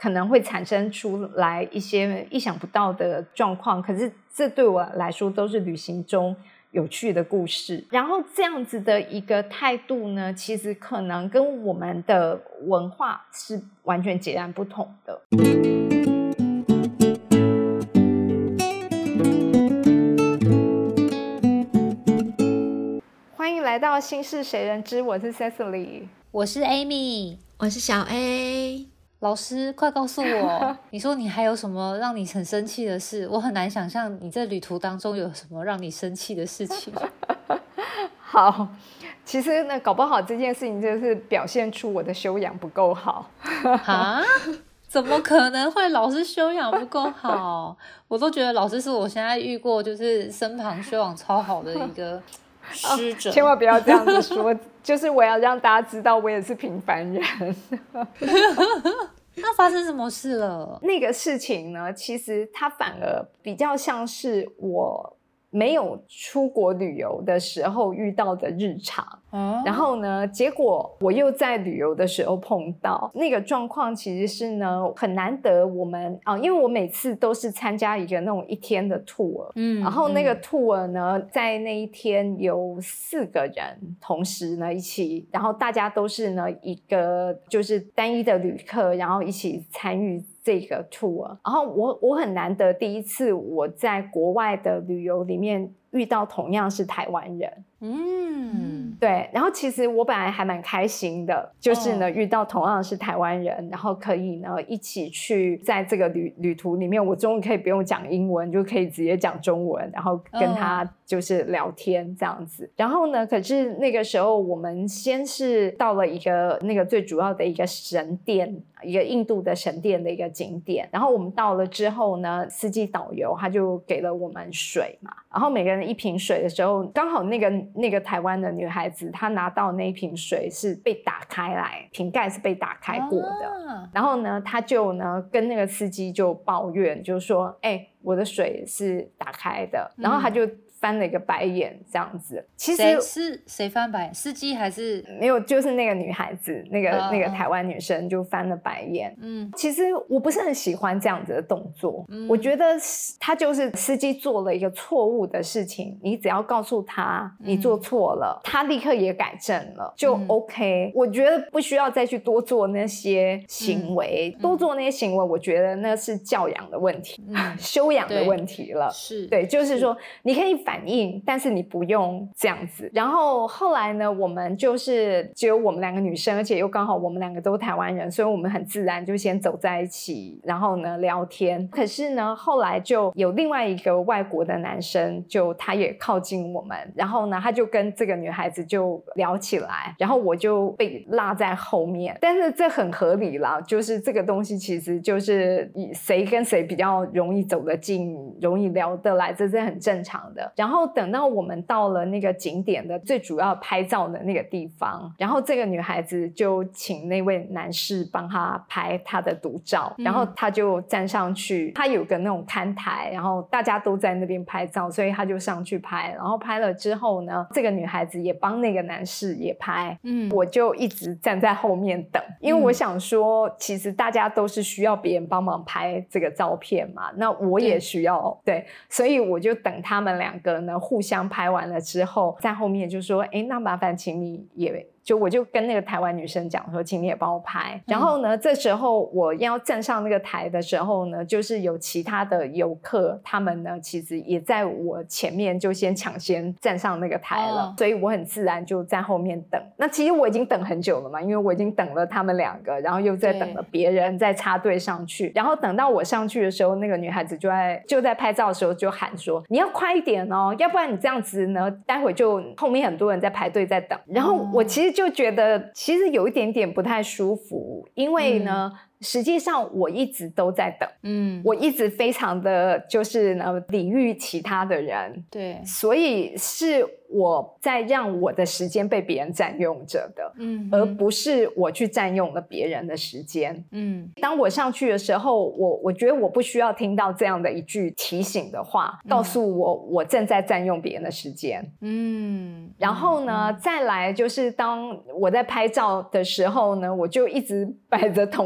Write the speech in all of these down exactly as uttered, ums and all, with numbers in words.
可能会产生出来一些意想不到的状况，可是这对我来说都是旅行中有趣的故事。然后这样子的一个态度呢，其实可能跟我们的文化是完全截然不同的。欢迎来到心事谁人知，我是 Cecily， 我是 Amy， 我是小 A。 老师快告诉我你说你还有什么让你很生气的事？我很难想象你在旅途当中有什么让你生气的事情。 好，其实呢搞不好这件事情就是表现出我的修养不够好。 哈？怎么可能会老师修养不够好？我都觉得老师是我现在遇过就是身旁修养超好的一个师者、 哦、千万不要这样子说。就是我要让大家知道我也是平凡人。 那发生什么事了？ 那个事情呢，其实它反而比较像是我没有出国旅游的时候遇到的日常、哦、然后呢结果我又在旅游的时候碰到那个状况。其实是呢很难得我们、啊、因为我每次都是参加一个那种一天的 tour、嗯、然后那个 tour 呢、嗯、在那一天有四个人同时呢一起，然后大家都是呢一个就是单一的旅客，然后一起参与这个 tour。 然后我我很难得第一次我在国外的旅游里面遇到同样是台湾人。嗯，对。然后其实我本来还蛮开心的，就是呢、哦、遇到同样是台湾人，然后可以呢一起去在这个 旅, 旅途里面，我终于可以不用讲英文，就可以直接讲中文，然后跟他就是聊天这样子、哦、然后呢可是那个时候我们先是到了一个那个最主要的一个神殿，一个印度的神殿的一个景点。然后我们到了之后呢，司机导游他就给了我们水嘛，然后每个人一瓶水的时候，刚好那个那个台湾的女孩子她拿到那一瓶水是被打开来，瓶盖是被打开过的、啊、然后呢她就呢跟那个司机就抱怨，就说哎、欸，我的水是打开的、嗯、然后他就翻了一个白眼这样子。其实是谁翻白眼？司机还是没有？就是那个女孩子，那个、uh, 那个台湾女生就翻了白眼。嗯，其实我不是很喜欢这样子的动作。嗯，我觉得他就是司机做了一个错误的事情，你只要告诉他你做错了、嗯、他立刻也改正了就 OK、嗯、我觉得不需要再去多做那些行为、嗯、多做那些行为我觉得那是教养的问题、嗯、修养的问题了。 是， 对，就是说你可以反应，但是你不用这样子。然后后来呢我们就是只有我们两个女生，而且又刚好我们两个都台湾人，所以我们很自然就先走在一起，然后呢聊天。可是呢后来就有另外一个外国的男生，就他也靠近我们，然后呢他就跟这个女孩子就聊起来，然后我就被落在后面。但是这很合理啦，就是这个东西其实就是谁跟谁比较容易走得近，容易聊得来，这是很正常的。然后等到我们到了那个景点的最主要拍照的那个地方，然后这个女孩子就请那位男士帮她拍她的独照、嗯、然后她就站上去，她有个那种看台，然后大家都在那边拍照，所以她就上去拍。然后拍了之后呢，这个女孩子也帮那个男士也拍。嗯，我就一直站在后面等，因为我想说、嗯、其实大家都是需要别人帮忙拍这个照片嘛，那我也需要 对, 对，所以我就等他们两个呢互相拍完了之后，在后面就说哎，那麻烦请你也就我就跟那个台湾女生讲说请你也帮我拍。然后呢、嗯、这时候我要站上那个台的时候呢，就是有其他的游客，他们呢其实也在我前面就先抢先站上那个台了、哦、所以我很自然就在后面等。那其实我已经等很久了嘛，因为我已经等了他们两个，然后又在等了别人再插队上去。然后等到我上去的时候，那个女孩子就在就在拍照的时候就喊说你要快一点哦，要不然你这样子呢待会就后面很多人在排队在等。然后我其实就觉得其实有一点点不太舒服，因为呢、嗯实际上我一直都在等，嗯，我一直非常的就是呢礼遇其他的人， 对， 所以是我在让我的时间被别人占用着的，嗯，而不是我去占用了别人的时间。嗯，当我上去的时候，我我觉得我不需要听到这样的一句提醒的话，告诉我我正在占用别人的时间。嗯，然后呢、嗯、再来就是当我在拍照的时候呢，我就一直摆着同一个 pose，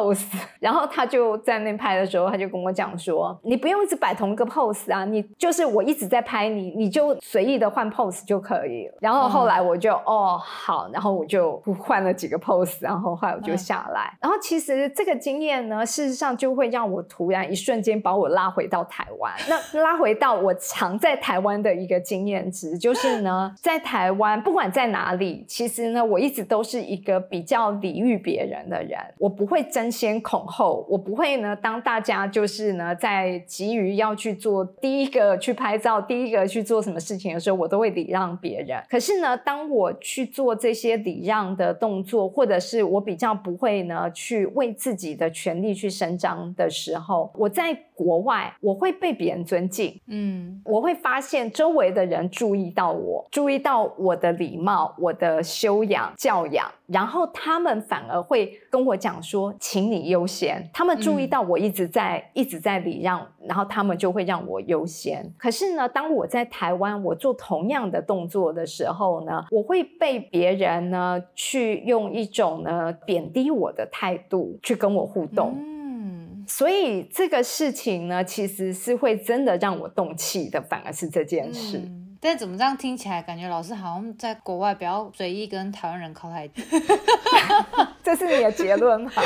pose， 然后他就在那边拍的时候他就跟我讲说，你不用一直摆同一个 pose 啊，你就是我一直在拍你，你就随意的换 pose 就可以了。然后后来我就、嗯、哦好，然后我就换了几个 pose， 然后后来我就下来、嗯、然后其实这个经验呢事实上就会让我突然一瞬间把我拉回到台湾。那拉回到我常在台湾的一个经验值，就是呢在台湾不管在哪里，其实呢我一直都是一个比较礼遇别人的人，我不会争先恐后，我不会呢当大家就是呢在急于要去做第一个去拍照，第一个去做什么事情的时候，我都会礼让别人。可是呢当我去做这些礼让的动作，或者是我比较不会呢去为自己的权利去伸张的时候，我在国外我会被别人尊敬，嗯，我会发现周围的人注意到我，注意到我的礼貌，我的修养教养，然后他们反而会跟我讲说请你优先，他们注意到我一直在、嗯、一直在礼让，然后他们就会让我优先。可是呢当我在台湾我做同样的动作的时候呢，我会被别人呢去用一种呢贬低我的态度去跟我互动、嗯、所以这个事情呢其实是会真的让我动气的，反而是这件事、嗯但怎么这样听起来感觉老师好像在国外不要随意跟台湾人靠太近这是你的结论吗？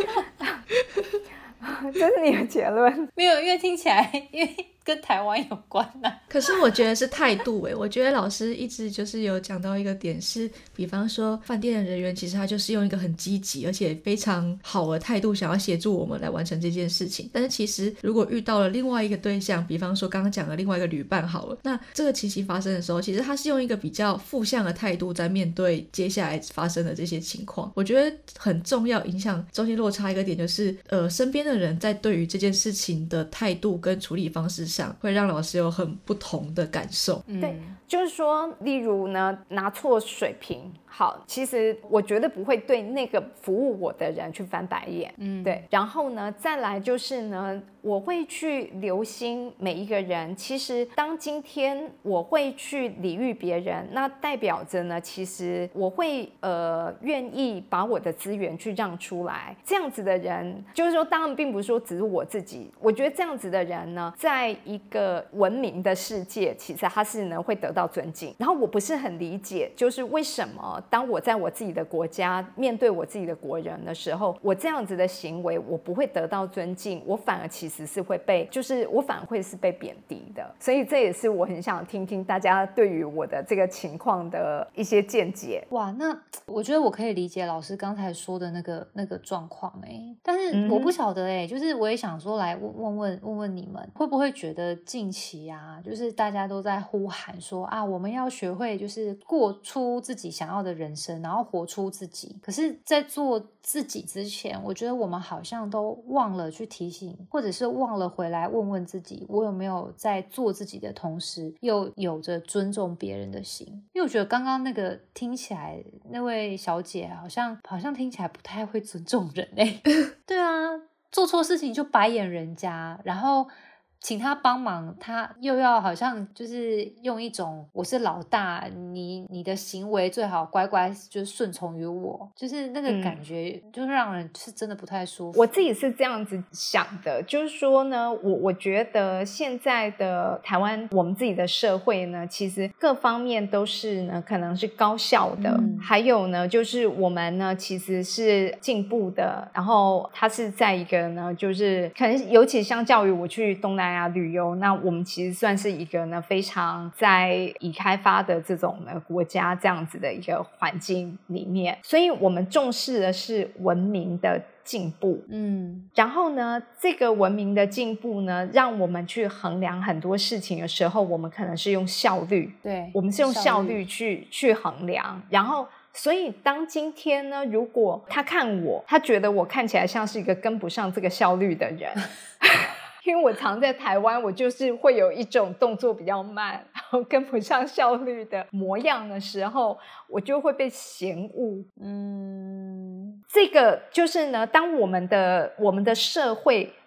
这是你的结论？ 没有，因为听起来因为跟台湾有关啊。 可是我觉得是态度耶，我觉得老师一直就是有讲到一个点是，比方说饭店的人员其实他就是用一个很积极而且非常好的态度想要协助我们来完成这件事情，但是其实如果遇到了另外一个对象，比方说刚刚讲的另外一个旅伴好了，那这个情形发生的时候，其实他是用一个比较负向的态度在面对接下来发生的这些情况。我觉得很重要影响中间落差一个点就是呃，身边的人在对于这件事情的态度跟处理方式上会让老师有很不同的感受、 嗯、对，就是说例如呢拿错水瓶，好，其实我绝对不会对那个服务我的人去翻白眼，嗯，对。然后呢再来就是呢我会去留心每一个人，其实当今天我会去礼遇别人，那代表着呢其实我会呃愿意把我的资源去让出来，这样子的人就是说当然并不是说只是我自己，我觉得这样子的人呢在一个文明的世界其实他是呢会得到尊敬。然后我不是很理解就是为什么当我在我自己的国家面对我自己的国人的时候，我这样子的行为我不会得到尊敬，我反而其实是会被就是我反而会是被贬低的。所以这也是我很想听听大家对于我的这个情况的一些见解。 哇，那我觉得我可以理解老师刚才说的那个那个状况哎，但是我不晓得哎、嗯，就是我也想说来问问问问问你们会不会觉得近期啊就是大家都在呼喊说啊我们要学会就是过出自己想要的人生，然后活出自己，可是在做自己之前我觉得我们好像都忘了去提醒，或者是忘了回来问问自己我有没有在做自己的同时又有着尊重别人的心。因为我觉得刚刚那个听起来那位小姐好像好像听起来不太会尊重人欸对啊，做错事情就白眼人家，然后请他帮忙他又要好像就是用一种我是老大，你你的行为最好乖乖就是顺从于我，就是那个感觉就让人是真的不太舒服、 嗯、我自己是这样子想的，就是说呢我我觉得现在的台湾我们自己的社会呢其实各方面都是呢可能是高效的、嗯、还有呢就是我们呢其实是进步的，然后它是在一个呢就是可能尤其相较于我去东南亚旅游，那我们其实算是一个呢非常在已开发的这种呢国家这样子的一个环境里面，所以我们重视的是文明的进步，嗯，然后呢这个文明的进步呢让我们去衡量很多事情的时候，我们可能是用效率， 对， 我们是用效率去去衡量，然后所以当今天呢如果他看我他觉得我看起来像是一个跟不上这个效率的人因为我常在台湾我就是会有一种动作比较慢然后跟不上效率的模样的时候，我就会被嫌恶。嗯，这个就是呢当我们的我们的社会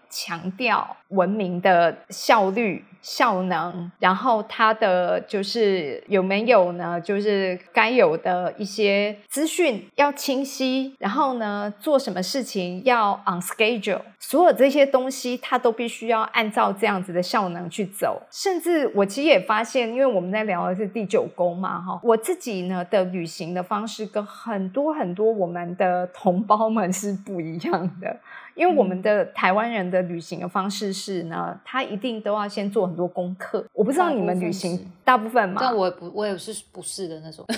强调文明的效率效能，然后它的就是有没有呢就是该有的一些资讯要清晰，然后呢做什么事情要 on schedule， 所有这些东西它都必须要按照这样子的效能去走。甚至我其实也发现，因为我们在聊的是第九宫嘛，我自己呢的旅行的方式跟很多很多我们的同胞们是不一样的。因为我们的台湾人的旅行的方式是呢，他一定都要先做很多功课。我不知道你们旅行大部分嘛， 但我也不我也是不是的那种。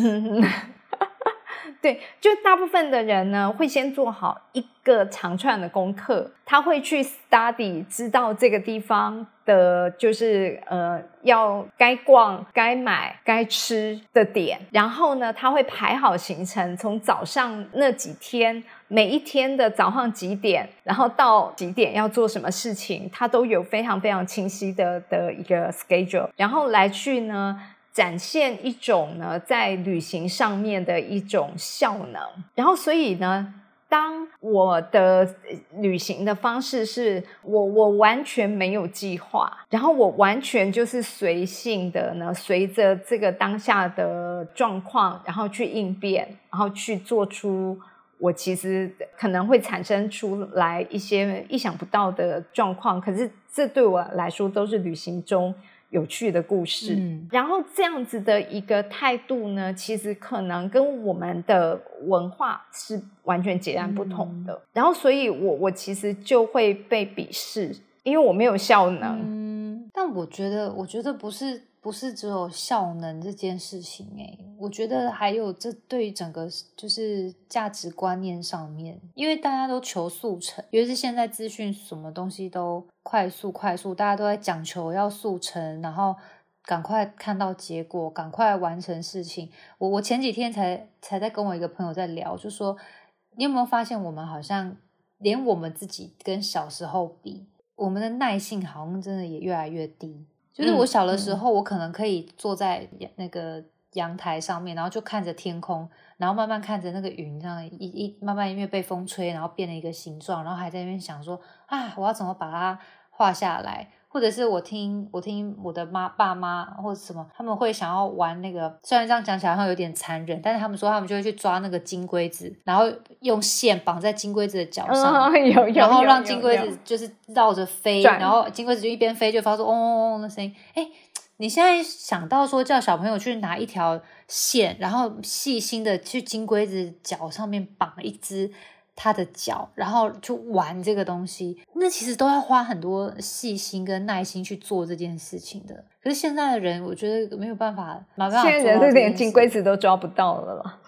对，就大部分的人呢会先做好一个长串的功课，他会去 study 知道这个地方的就是呃要该逛该买该吃的点，然后呢他会排好行程，从早上那几天每一天的早上几点然后到几点要做什么事情，他都有非常非常清晰的的一个 schedule， 然后来去呢展现一种呢在旅行上面的一种效能。然后所以呢当我的旅行的方式是我我完全没有计划，然后我完全就是随性的呢随着这个当下的状况然后去应变，然后去做出我其实可能会产生出来一些意想不到的状况，可是这对我来说都是旅行中有趣的故事、嗯、然后这样子的一个态度呢其实可能跟我们的文化是完全截然不同的、嗯、然后所以我我其实就会被鄙视，因为我没有效能、 嗯、但我觉得我觉得不是不是只有效能这件事情欸，我觉得还有这对于整个就是价值观念上面，因为大家都求速成，尤其是现在资讯什么东西都快速快速，大家都在讲求要速成，然后赶快看到结果，赶快完成事情。我我前几天才才在跟我一个朋友在聊，就说你有没有发现我们好像连我们自己跟小时候比，我们的耐性好像真的也越来越低。就是我小的时候、嗯、我可能可以坐在那个阳台上面，然后就看着天空，然后慢慢看着那个云这样一一慢慢因为被风吹然后变了一个形状，然后还在那边想说啊我要怎么把它画下来，或者是我听我听我的妈爸妈或者什么，他们会想要玩那个，虽然这样讲起来好像有点残忍，但是他们说他们就会去抓那个金龟子，然后用线绑在金龟子的脚上、 哦、有有然后让金龟子就是绕着飞，然后金龟子就一边飞就发出嗡嗡嗡的声音。哎，你现在想到说叫小朋友去拿一条线，然后细心的去金龟子脚上面绑一只他的脚，然后去玩这个东西，那其实都要花很多细心跟耐心去做这件事情的。可是现在的人我觉得没有办法，没办法做到这件事， 现在人是连金龟子都抓不到了啦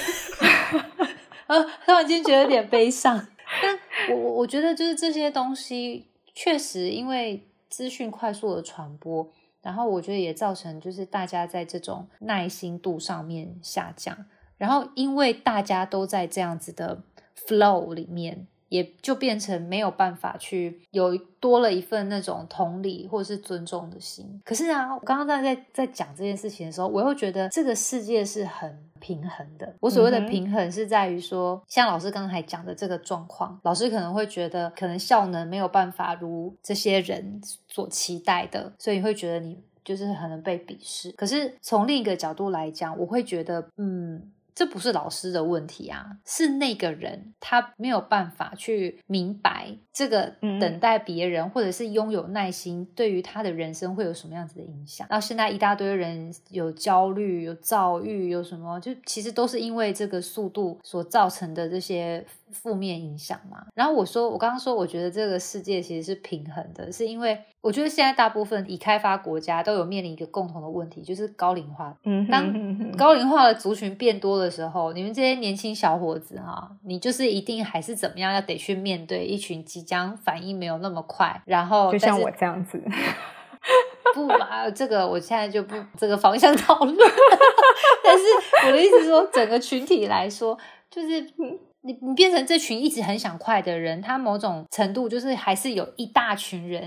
啊，突然间觉得有点悲伤但我我觉得就是这些东西确实因为资讯快速的传播，然后我觉得也造成就是大家在这种耐心度上面下降，然后因为大家都在这样子的flow 里面，也就变成没有办法去有多了一份那种同理或者是尊重的心。可是啊，我刚刚在在讲这件事情的时候，我又觉得这个世界是很平衡的。我所谓的平衡是在于说、嗯、像老师刚才讲的这个状况，老师可能会觉得可能效能没有办法如这些人所期待的，所以你会觉得你就是可能被鄙视。可是从另一个角度来讲，我会觉得嗯这不是老师的问题啊，是那个人他没有办法去明白这个等待别人、嗯、或者是拥有耐心对于他的人生会有什么样子的影响。然后现在一大堆人有焦虑有躁郁有什么，就其实都是因为这个速度所造成的这些负面影响嘛。然后我说我刚刚说我觉得这个世界其实是平衡的，是因为我觉得现在大部分已开发国家都有面临一个共同的问题，就是高龄化。嗯，当高龄化的族群变多的时候，你们这些年轻小伙子啊，你就是一定还是怎么样要得去面对一群即将反应没有那么快，然后就像我这样子不啊，这个我现在就不这个方向讨论但是我的意思是说整个群体来说，就是你你变成这群一直很想快的人，他某种程度就是还是有一大群人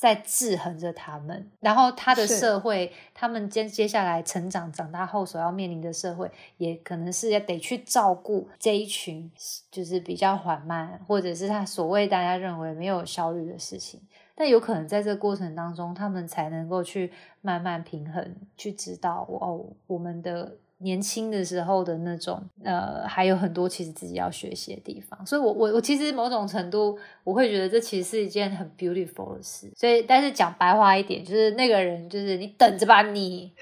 在制衡着他们，然后他的社会，他们接接下来成长长大后所要面临的社会，也可能是要得去照顾这一群就是比较缓慢，或者是他所谓大家认为没有效率的事情。但有可能在这个过程当中，他们才能够去慢慢平衡，去知道哦，我们的年轻的时候的那种呃，还有很多其实自己要学习的地方。所以我我我其实某种程度我会觉得这其实是一件很 beautiful 的事。所以但是讲白话一点，就是那个人就是你等着吧你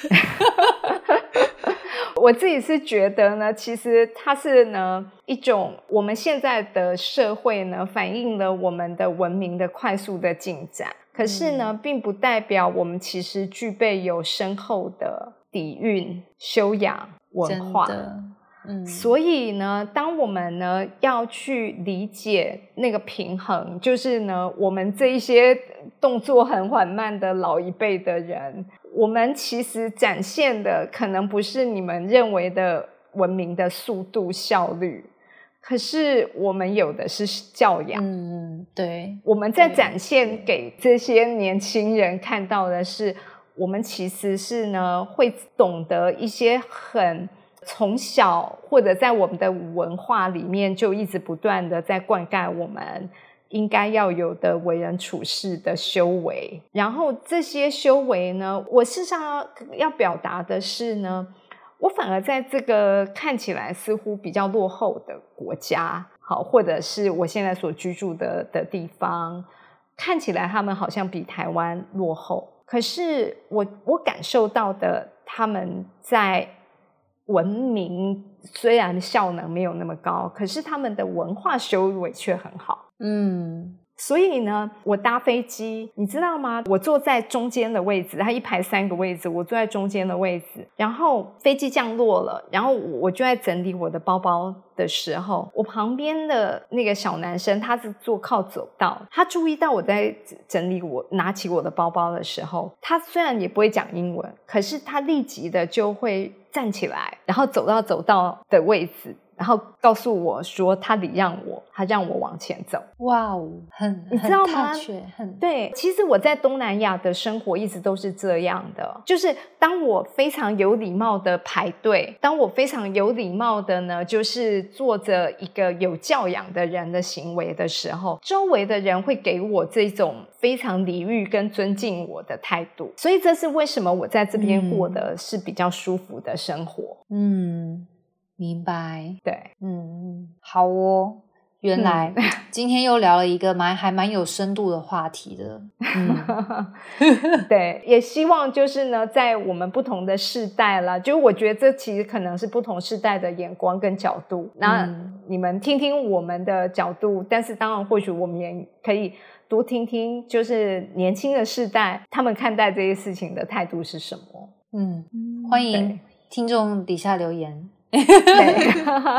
我自己是觉得呢，其实它是呢一种我们现在的社会呢反映了我们的文明的快速的进展，可是呢、嗯、并不代表我们其实具备有深厚的底蕴、修养、文化。 真的，嗯， 所以呢，当我们呢要去理解那个平衡，就是呢，我们这一些动作很缓慢的老一辈的人，我们其实展现的可能不是你们认为的文明的速度、效率，可是我们有的是教养。 嗯，对， 我们在展现给这些年轻人看到的是，我们其实是呢会懂得一些很从小或者在我们的文化里面就一直不断的在灌溉我们应该要有的为人处事的修为。然后这些修为呢，我事实上 要, 要表达的是呢，我反而在这个看起来似乎比较落后的国家，好，或者是我现在所居住的的地方，看起来他们好像比台湾落后，可是我我感受到的，他们在文明虽然效能没有那么高，可是他们的文化修为却很好。 嗯， 所以呢，我搭飞机，你知道吗？我坐在中间的位置，它一排三个位置，我坐在中间的位置，然后飞机降落了，然后我就在整理我的包包的时候，我旁边的那个小男生，他是坐靠走道，他注意到我在整理我拿起我的包包的时候，他虽然也不会讲英文，可是他立即的就会站起来，然后走到走道的位置，然后告诉我说他礼让我，他让我往前走。 哇哦，很你知道吗？ 很对，其实我在东南亚的生活一直都是这样的，就是当我非常有礼貌的排队，当我非常有礼貌的呢，就是做着一个有教养的人的行为的时候，周围的人会给我这种非常礼遇跟尊敬我的态度，所以这是为什么我在这边过的是比较舒服的生活。 嗯，明白。 对， 嗯，好哦，原来、嗯、今天又聊了一个蛮还蛮有深度的话题的。嗯， 对，也希望就是呢，在我们不同的世代啦，就我觉得这其实可能是不同世代的眼光跟角度，那你们听听我们的角度，但是当然或许我们也可以多听听就是年轻的世代他们看待这些事情的态度是什么。 嗯，欢迎听众底下留言。 对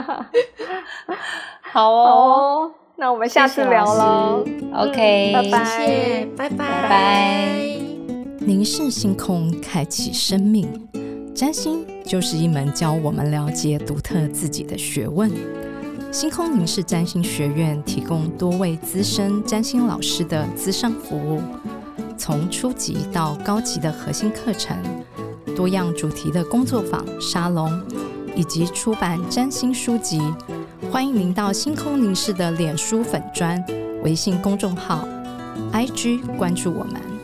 好哦， 好哦，那我们下次聊咯。 OK、 嗯、拜拜， 谢谢，拜拜， 拜拜。 凝视星空，开启生命。占星就是一门教我们了解独特自己的学问。星空凝视占星学院提供多位资深占星老师的咨商服务，从初级到高级的核心课程，多样主题的工作坊、沙龙，以及出版占星书籍。欢迎您到星空凝视的脸书粉专、微信公众号、I G 关注我们。